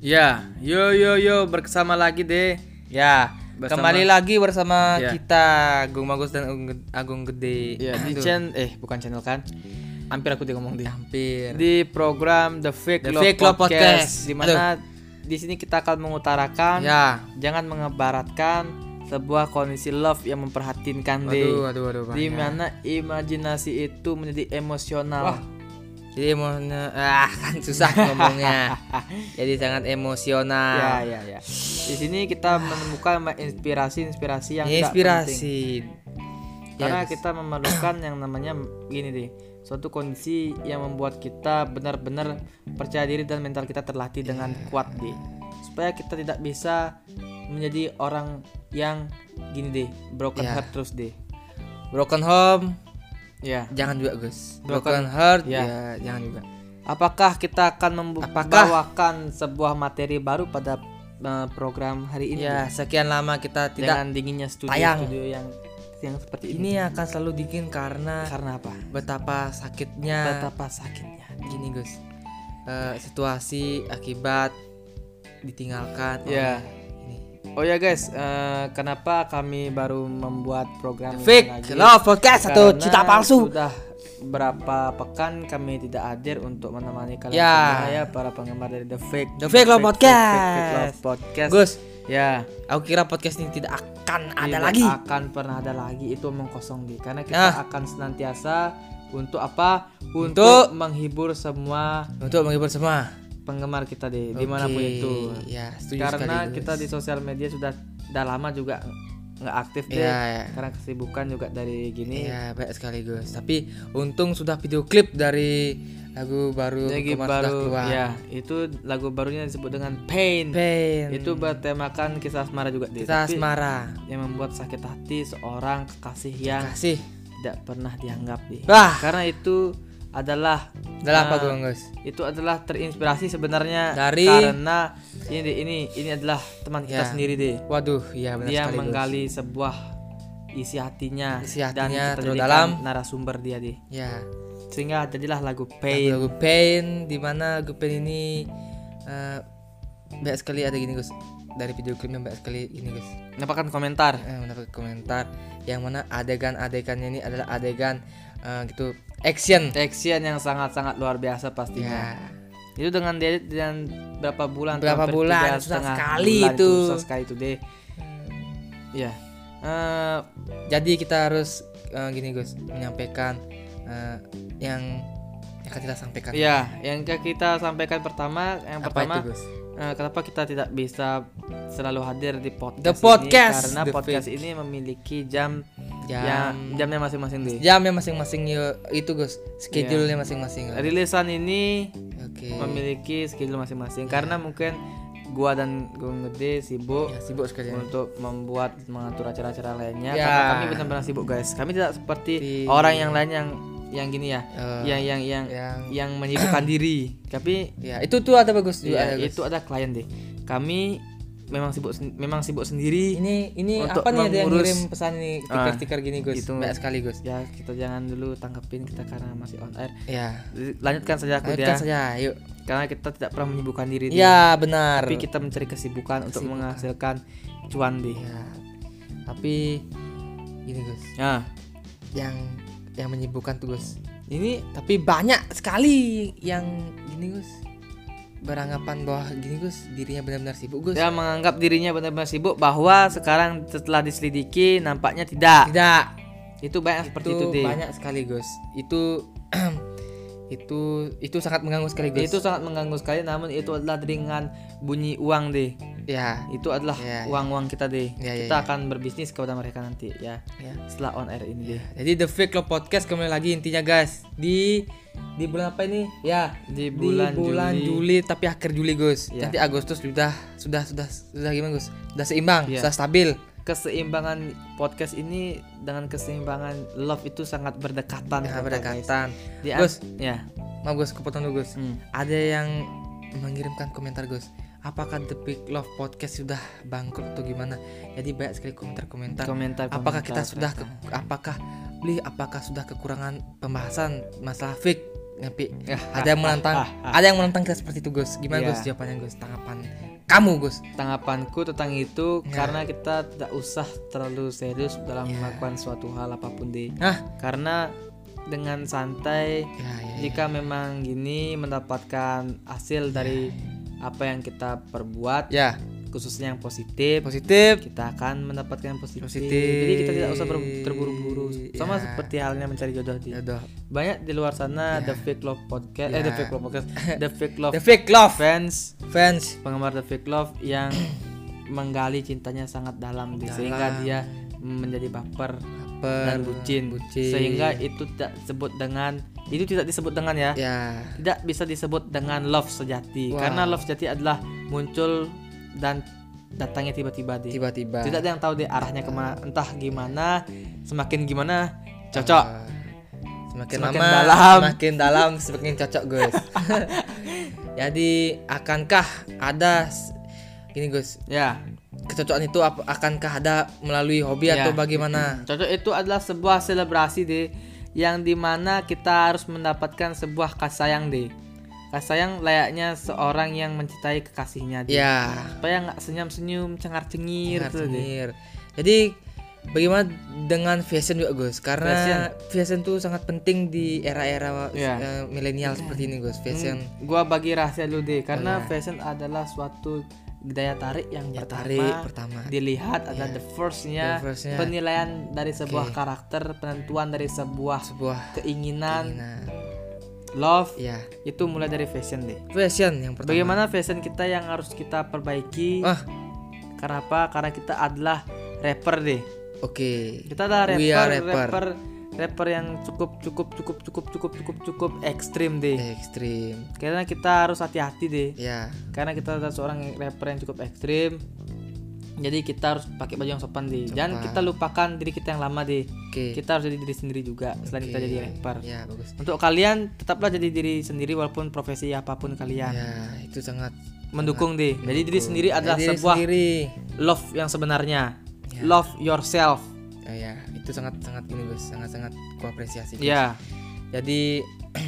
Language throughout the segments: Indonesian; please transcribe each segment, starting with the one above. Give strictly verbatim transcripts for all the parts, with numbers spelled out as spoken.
Ya, yo yo yo bersama lagi deh. Ya, Bersama- kembali lagi bersama Ya. kita Agung Bagus dan Agung- Agung Gede. Ya, di Aduh, channel eh bukan channel kan. Hampir aku dia ngomong deh. hampir. Di program The Fake, The Love, Fake Love Podcast, Podcast. di mana di sini kita akan mengutarakan Ya. jangan mengebaratkan sebuah kondisi love yang memperhatinkan deh. Waduh, waduh, waduh. Di bahaya. mana imajinasi itu menjadi emosional. Wah. Jadi emosional, ah kan susah ngomongnya. Jadi sangat emosional. Ya, ya, ya. Di sini kita menemukan inspirasi-inspirasi yang tidak penting. Inspirasi. Karena Ya, kita memerlukan yang namanya gini deh, suatu kondisi yang membuat kita benar-benar percaya diri dan mental kita terlatih dengan kuat deh, supaya kita tidak bisa menjadi orang yang gini deh, broken Ya. heart terus deh. broken home Ya. jangan juga, Gus. Broken- Broken heart Ya. ya, jangan juga. Apakah kita akan membu- Apakah- membawakan sebuah materi baru pada uh, program hari ini? Ya, sekian lama kita deh? tidak Dengan dinginnya studio tayang. studio yang yang seperti ini. ini akan selalu dingin karena Karena apa? betapa sakitnya Betapa sakitnya. gini Gus, Eh, situasi akibat ditinggalkan Ya. oleh ini. Oh ya guys, eh, kenapa kami baru membuat program ini Fake lagi? Love Podcast atau Karena cita palsu. Sudah berapa pekan kami tidak hadir untuk menemani kalian Ya. semua ya, para penggemar dari The Fake The Fake Love Podcast. Fake, Fake Love Podcast. Gus, Ya, aku kira podcast ini tidak akan ada tidak lagi. akan pernah ada lagi, itu omong kosong deh. Karena kita Ah. akan senantiasa untuk apa? Untuk, Untuk- menghibur semua Untuk menghibur semua. penggemar kita deh, dimanapun Oke. itu. Ya, setuju Karena sekali, kita Gus. di sosial media sudah udah lama juga nggak aktif deh, Iya, iya. karena kesibukan juga dari gini. Iya, baik sekali Gus. Tapi untung sudah video klip dari lagu baru Lagi kemarin sudah baru keluar. ya, itu lagu barunya disebut dengan Pain. Pain. Itu bertemakan kisah asmara juga deh. kita Tapi asmara. yang membuat sakit hati seorang kekasih yang Kasih. tidak pernah dianggap deh. Wah, Karena itu adalah adalah apa eh, Gus, Gus? itu adalah terinspirasi sebenarnya Dari- karena ini deh, ini ini adalah teman kita Ya. sendiri deh. Waduh, iya benar Dia sekali Gus. menggali sebuah isi hatinya, Isi dan hatinya kita terus jadikan dalam. narasumber dia deh, Ya. sehingga jadilah lagu Lagu, Pain. lagu Pain, di mana lagu Pain ini eh, banyak sekali ada gini Gus. Dari video klipnya banyak sekali gini Gus. Mendapatkan komentar. Eh, mendapat komentar yang mana adegan-adegannya ini adalah adegan eh, gitu action. Action yang sangat-sangat luar biasa pastinya. Ya. Itu dengan dia dengan berapa bulan? Berapa hampir bulan, tiga susah setengah sekali bulan itu. Susah sekali itu deh. Ya. Eh, Jadi kita harus eh, gini Gus, menyampaikan eh, yang yang akan kita sampaikan. ya, yang ke- kita sampaikan pertama, yang Apa pertama itu Gus? eh, kenapa kita tidak bisa selalu hadir di podcast, The podcast, ini? Karena The podcast Fake. ini memiliki jam Jam yang jamnya masing-masing deh. jamnya masing-masing yo, itu Gus, schedule-nya masing-masing. Rilisan ini Oke. memiliki schedule masing-masing karena mungkin gua dan Gung Gede sibuk Ya, sibuk sekali. untuk membuat mengatur acara-acara lainnya, Ya. karena kami benar-benar sibuk guys. Kami tidak seperti Di- orang yang lain yang yang gini ya, Eh, yang yang yang yang yang menyibukkan diri. Tapi ya itu tuh ada bagus juga ya, ada, Gus. itu ada klien deh. Kami memang sibuk sen- memang sibuk sendiri. Ini ini Untuk apa nih ada yang mengurus- ngirim pesan nih stiker-stiker gini Gus. itu. Banyak sekali Gus. Ya, kita jangan dulu tanggapin kita karena masih on air. Ya. Lanjutkan saja aku Lanjutkan dia. saja, yuk. Karena kita tidak pernah menyibukkan diri. deh. Ya, benar. Tapi kita mencari kesibukan untuk Kesibukan. menghasilkan cuan deh. Ya. Tapi gini Gus, Nah, yang yang menyibukkan tuh Gus. ini Tapi banyak sekali yang gini Gus, beranggapan bahwa gini Gus, dirinya benar-benar sibuk Gus. dia menganggap dirinya benar-benar sibuk, bahwa sekarang setelah diselidiki nampaknya tidak. Tidak. Itu banyak seperti itu Itu deh. banyak sekali Gus. Itu itu itu sangat mengganggu sekali Gus. Itu sangat mengganggu sekali, namun itu adalah dengan bunyi uang deh. ya. Itu adalah Ya, ya. uang-uang kita deh. Ya, ya, kita ya. akan berbisnis kepada mereka nanti ya. Ya. Setelah on air ini deh. Jadi The Fake Love Podcast kembali lagi intinya guys. Di di bulan apa ini? Ya, Di bulan, di bulan Juli. Juli. tapi akhir Juli Gus. Ya. Nanti Agustus sudah sudah sudah sudah gimana Gus? Sudah seimbang, Ya. sudah stabil. Keseimbangan podcast ini dengan keseimbangan love itu sangat berdekatan. Ya, kata, berdekatan. guys. Di an- Gus, ya. mau Gus kepotong dulu Gus. Hmm. Ada yang mengirimkan komentar Gus. Apakah The Fake Love Podcast sudah bangkrut atau gimana? Jadi banyak sekali komentar-komentar. Komentar, Apakah komentar kita sudah ke, ternyata. apakah beli apakah sudah kekurangan pembahasan masalah fake tapi ada yang menantang, ada yang menantang kita seperti itu Gus. Gimana Iya. Gus jawabannya Gus? Tanggapan kamu Gus? Tanggapanku tentang itu Ya. karena kita tidak usah terlalu serius dalam Ya. melakukan suatu hal apapun deh. Hah? Karena dengan santai Ya, ya, jika memang gini mendapatkan hasil dari apa yang kita perbuat, ya. khususnya yang positif, Positif. kita akan mendapatkan yang positif. Positif. Jadi kita tidak usah ber- terburu-buru. Sama Ya. seperti halnya mencari jodoh di. Ya udah. Banyak di luar sana Ya. The Fake Love Podcast, Ya. eh The Fake Love Podcast, The Fake Love The fake love fans, fans. penggemar The Fake Love yang menggali cintanya sangat dalam, di, Dalam. sehingga dia menjadi baper Per, dan bucin. bucin. Sehingga itu tidak disebut dengan itu tidak disebut dengan ya. Ya. Tidak bisa disebut dengan love sejati. Wah. Karena love sejati adalah muncul dan datangnya tiba-tiba deh. Tiba-tiba. Tidak ada yang tahu deh arahnya kemana, entah gimana, semakin gimana cocok. Ah, semakin, Semakin lama dalam. semakin dalam semakin cocok Gus. Jadi akankah ada s- gini Gus, Ya, kecocokan itu ap- akankah ada melalui hobi Ya. atau bagaimana? cocok itu adalah sebuah selebrasi deh, yang dimana kita harus mendapatkan sebuah kasih sayang deh. Kasih sayang layaknya seorang yang mencintai kekasihnya deh. Ya, Supaya nggak senyum-senyum, cengar-cengir tuh deh. cengir. Jadi bagaimana dengan fashion juga Gus? Karena fashion, tuh sangat penting di era-era Ya. eh, milenial seperti ini Gus. Fashion Hmm, gua bagi rahasia dulu deh, karena Oh, ya. fashion adalah suatu daya tarik yang daya pertama tarik pertama. dilihat ada Ya. the first-nya, The first-nya. penilaian dari sebuah Oke. karakter, penentuan dari sebuah Sebuah keinginan, keinginan. love, Ya, itu mulai dari fashion deh. fashion yang pertama. Bagaimana fashion kita yang harus kita perbaiki? Ah, Karena apa? Karena kita adalah rapper deh. oke. Kita adalah We rapper, are rapper. rapper, rapper yang cukup cukup cukup cukup cukup cukup cukup ekstrim deh. Ekstrim. Karena kita harus hati-hati deh. Ya, Karena kita adalah seorang rapper yang cukup ekstrim. Jadi kita harus pakai baju yang sopan deh. Jangan Sopan. kita lupakan diri kita yang lama deh. oke. Kita harus jadi diri sendiri juga selain kita Oke. jadi rapper. Ya, bagus. Untuk kalian tetaplah jadi diri sendiri walaupun profesi apapun kalian. Ya, itu sangat Mendukung deh. Jadi diri mendukung. sendiri adalah Diri sebuah sendiri. love yang sebenarnya. Ya. Love yourself. Ya, ya, itu sangat sangat ini Gus, sangat sangat kuapresiasi. Gus. Ya. Jadi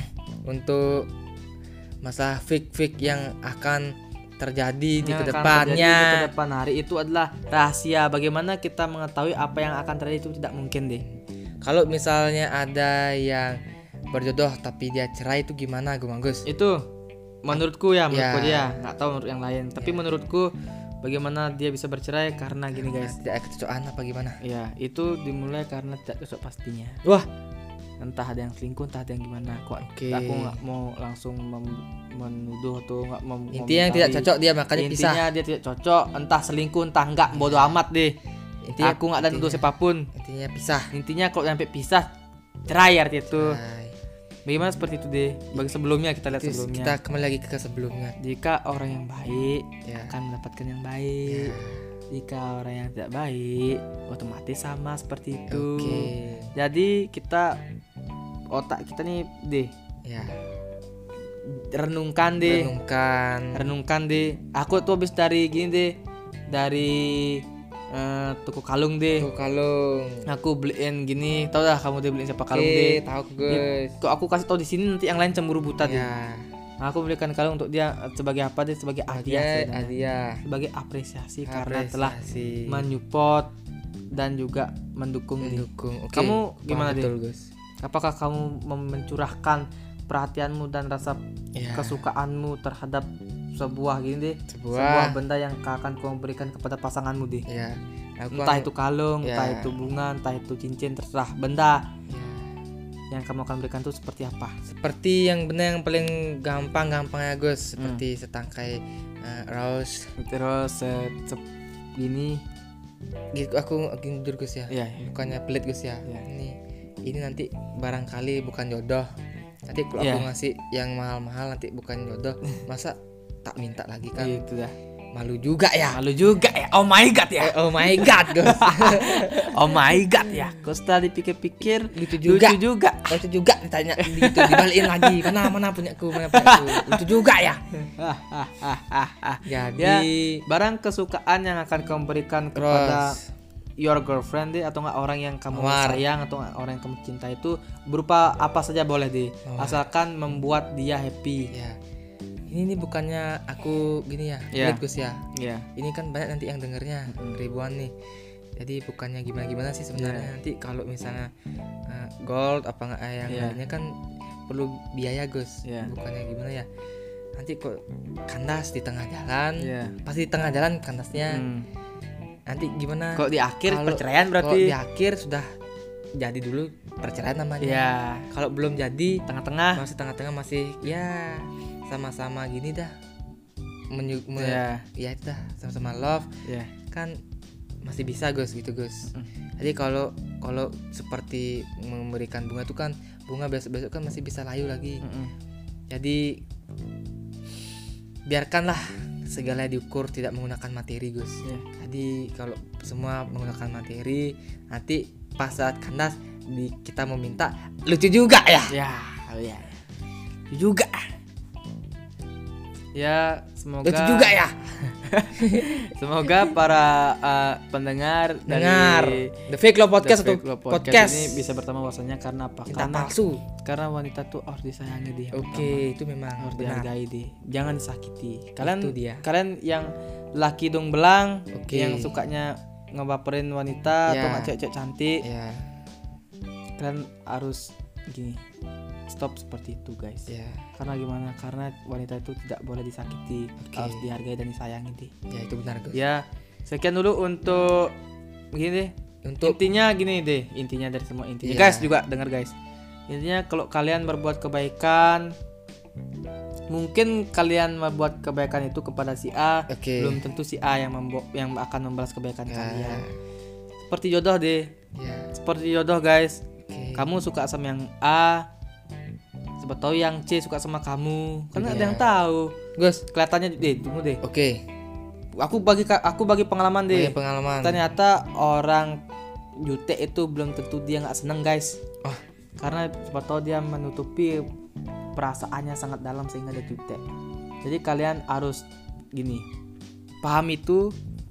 untuk masalah fake-fake yang akan terjadi di Yang akan kedepannya. terjadi di kedepan hari itu adalah rahasia. Bagaimana kita mengetahui apa yang akan terjadi itu tidak mungkin deh. Kalau misalnya ada yang berjodoh tapi dia cerai itu gimana gue Gus? Itu menurutku ya, menurutku Ya. dia, nggak tahu menurut yang lain. Tapi Ya. menurutku bagaimana dia bisa bercerai karena gini guys. Tidak ada kecocokan apa gimana? Ya, itu dimulai karena tidak cocok pastinya. Wah, Entah ada yang selingkuh, entah ada yang gimana. Kok Oke. aku nggak mau langsung mem- menuduh atau nggak mem- intinya yang tidak memutari. cocok dia makanya pisah. Intinya dia tidak cocok, entah selingkuh entah enggak, bodo amat deh. Intinya Aku nggak ada nuduh intinya- siapapun. Intinya pisah. Intinya kalau sampai pisah, cerai arti itu. Hai. Bagaimana seperti itu deh. Bagi sebelumnya kita lihat Itu sebelumnya. kita kembali lagi ke sebelumnya. Jika orang yang baik Ya. akan mendapatkan yang baik. Ya. Jika orang yang tidak baik, otomatis sama seperti itu. Oke. Jadi kita otak kita nih deh Ya. renungkan deh, Renungkan. renungkan deh. Aku tuh habis dari gini deh, dari eh, toko kalung deh. Tuh kalung. Aku beliin gini, tau dah kamu udah beliin siapa kalung Oke, deh. tahu guys. Kok aku kasih tau di sini nanti yang lain cemburu buta deh. Ya. Nah, aku belikan kalung untuk dia eh, sebagai apa deh? Sebagai hadiah, Dia, sebenarnya. dia. Sebagai apresiasi karena telah Apresiasi. menyupport dan juga mendukung nih. mendukung. Oke. Kamu gimana Paham deh? betul, Gus? Apakah kamu mem- mencurahkan perhatianmu dan rasa Ya. kesukaanmu terhadap sebuah gini deh, Sebuah, sebuah benda yang akan kau berikan kepada pasanganmu deh? ya. Aku Entah itu kalung, Ya. entah itu bunga, entah itu cincin, terserah benda ya. yang kamu akan berikan tuh seperti apa? Seperti yang benar yang paling gampang-gampang ya, Gus. Hmm. Seperti setangkai eh, rose. Terus eh, sep- gini, Gitu aku jujur Gus ya. ya, Bukannya pelit Gus ya. Ya. Ini ini nanti barangkali bukan jodoh. Nanti kalau Ya. aku ngasih yang mahal-mahal nanti bukan jodoh. Masa tak minta lagi kan? gitu dah. Malu juga ya. Malu juga ya. Oh my god ya. Eh, oh my god, Gus. Oh my god ya. Kau setelah dipikir-pikir Lucu juga. lucu juga. Lucu juga ditanya gitu, dibalikin lagi. Mana mana punyaku, mana punyaku. Lucu juga ya. Jadi Ya, barang kesukaan yang akan kau berikan kepada Rose. your girlfriend deh, atau enggak orang yang kamu Mawar. sayang, atau nggak orang yang kamu cinta itu berupa apa saja boleh deh, Mawar. asalkan membuat dia happy. Ya. Ini nih bukannya aku gini ya, Ya. pelit Gus ya. Iya. Ini kan banyak nanti yang dengernya, Mm-mm. ribuan nih. Jadi bukannya gimana-gimana sih sebenarnya. Ya. Nanti kalau misalnya uh, gold apa nggak eh, yang Ya. lainnya kan perlu biaya Gus. Ya. Bukannya gimana ya. Nanti kok kandas di tengah jalan. Iya. Pasti di tengah jalan kandasnya. Hmm. Nanti gimana? Kalau di akhir Kalau- perceraian Kalau berarti. di akhir sudah jadi dulu perceraian namanya. Iya. Kalau belum jadi Tengah-tengah. masih tengah-tengah masih ya sama-sama gini dah. Menyu- me- Iya. ya itu dah sama-sama love Iya. kan masih bisa Gus gitu Gus. Mm. Jadi kalau kalau seperti memberikan bunga tuh kan bunga besok-besok kan masih bisa layu lagi. Mm-mm. Jadi biarkanlah segala diukur tidak menggunakan materi Gus. Iya. Jadi kalau semua menggunakan materi nanti pas saat kandas di kita mau minta lucu juga ya. Ya, ya. Juga. Ya, semoga Lucu juga ya. semoga para uh, pendengar Dengar dari The Fake Love Podcast The atau Fake Love podcast, ini bisa bertemu bahwasanya karena apa? cinta Karena palsu. karena wanita tuh harus disayangi dia. Oke, itu memang Harus benar. dihargai deh. Jangan disakiti. Kalian Itu dia. kalian yang laki dong belang, Oke. yang sukanya ngebaperin wanita Ya. atau nggak cewek-cewek cantik, Ya, kalian harus gini. Stop seperti itu, guys. ya, Karena gimana? Karena wanita itu tidak boleh disakiti, Oke. harus dihargai dan disayangi deh. ya itu benar Gus. Ya, sekian dulu untuk gini deh. Untuk Intinya gini deh, intinya dari semua intinya. Iya. Guys juga dengar guys. Intinya kalau kalian berbuat kebaikan, mungkin kalian membuat kebaikan itu kepada si A, Oke. belum tentu si A yang membo- yang akan membalas kebaikan Ya. kalian. Seperti jodoh deh. Ya, Seperti jodoh guys. oke. Kamu suka sama yang A, siapa tahu yang C suka sama kamu. Kan Iya. ada yang tahu. Gus, Kelihatannya deh, tunggu deh. oke. Aku bagi aku bagi pengalaman deh. Banyak pengalaman. Ternyata orang jutek itu belum tentu dia nggak seneng guys. Oh. Karena siapa tahu dia menutupi perasaannya sangat dalam sehingga dia jutek. Jadi kalian harus gini, paham itu.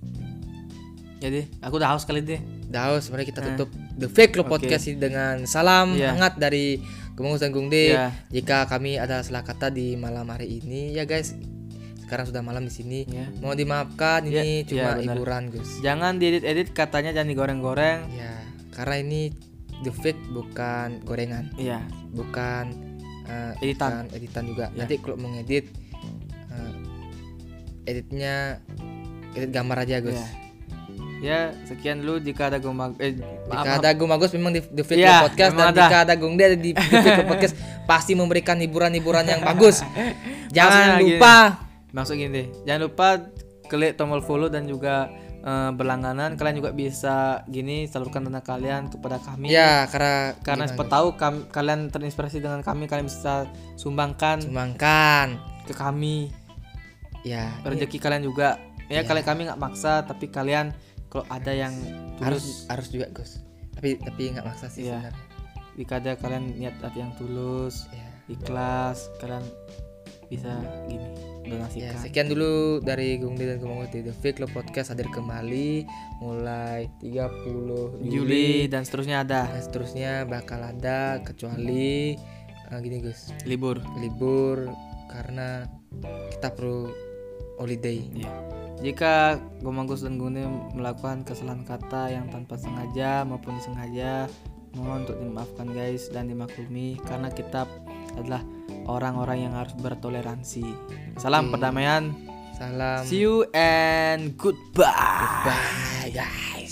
Jadi aku udah haus kali deh. Daus, mari kita Nah. tutup The Fake Love Oke. Podcast ini dengan salam Iya. hangat dari Gemongus dan Gungde. Iya. Jika kami ada salah kata di malam hari ini, ya guys, sekarang sudah malam di sini. Ya. Mohon dimaafkan, ini Iya, cuma iya, benar. hiburan, Gus. Jangan diedit-edit katanya, jangan digoreng-goreng. Ya, karena ini The Fake bukan gorengan, Iya. bukan eh, Editan. bukan editan juga. Ya. Nanti kalau mau ngedit eh, editnya edit gambar aja, Gus. Iya. Ya, sekian dulu jika ada gombang eh Jika maaf, ada Gung Bagus memang di The Fake Iya, Love Podcast, dan memang ada. jika ada Gung De di The Fake Love Podcast pasti memberikan hiburan-hiburan yang bagus. Jangan Maksudnya gini. lupa Maksud gini deh, jangan lupa klik tombol follow dan juga eh, berlangganan. Kalian juga bisa gini salurkan dana kalian kepada kami. ya karena Karena gimana, siapa Gus? tahu kam- kalian terinspirasi dengan kami, kalian bisa sumbangkan Sumbangkan. ke kami Ya, ini rezeki kalian juga. Ya, Iya. kalian kami nggak maksa, tapi kalian kalau ada yang harus tulus, harus juga, Gus. Tapi tapi nggak maksa sih Iya. sebenarnya. jika ada kalian niat hati yang tulus, Ya. ikhlas, kalian bisa gini Ya, donasikan. sekian dulu dari Gung De dan Gemongus di The Fake Love Podcast hadir kembali mulai tiga puluh Juli Juli dan seterusnya ada dan seterusnya bakal ada kecuali eh, gini, Gus. libur. Libur karena kita perlu holiday. Ya. Jika Gomanggus dan Gune melakukan kesalahan kata yang tanpa sengaja maupun disengaja, mohon untuk dimaafkan guys dan dimaklumi karena kita adalah orang-orang yang harus bertoleransi. Salam Oke. perdamaian. Salam. See you and goodbye. Bye guys.